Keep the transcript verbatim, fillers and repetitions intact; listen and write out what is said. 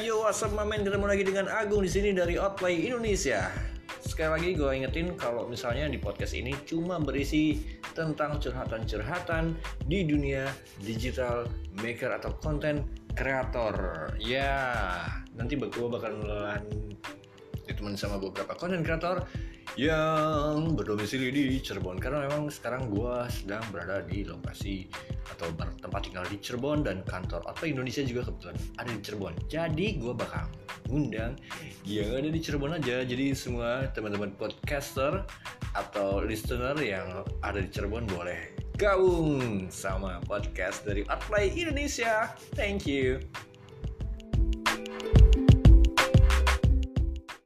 Yo, what's up, mamen? Ketemu lagi dengan Agung di sini dari Outplay Indonesia. Sekali lagi gue ingetin kalau misalnya di podcast ini cuma berisi tentang curhatan-curhatan di dunia digital maker atau content creator. Ya, nanti gue bakal menelan ditemen sama beberapa content creator yang berdomisili di Cirebon, karena memang sekarang gue sedang berada di lokasi atau bertempat tinggal di Cirebon dan kantor Outplay Indonesia juga kebetulan ada di Cirebon. Jadi gue bakal ngundang yang ada di Cirebon aja. Jadi semua teman-teman podcaster atau listener yang ada di Cirebon boleh gabung sama podcast dari Outplay Indonesia. Thank you.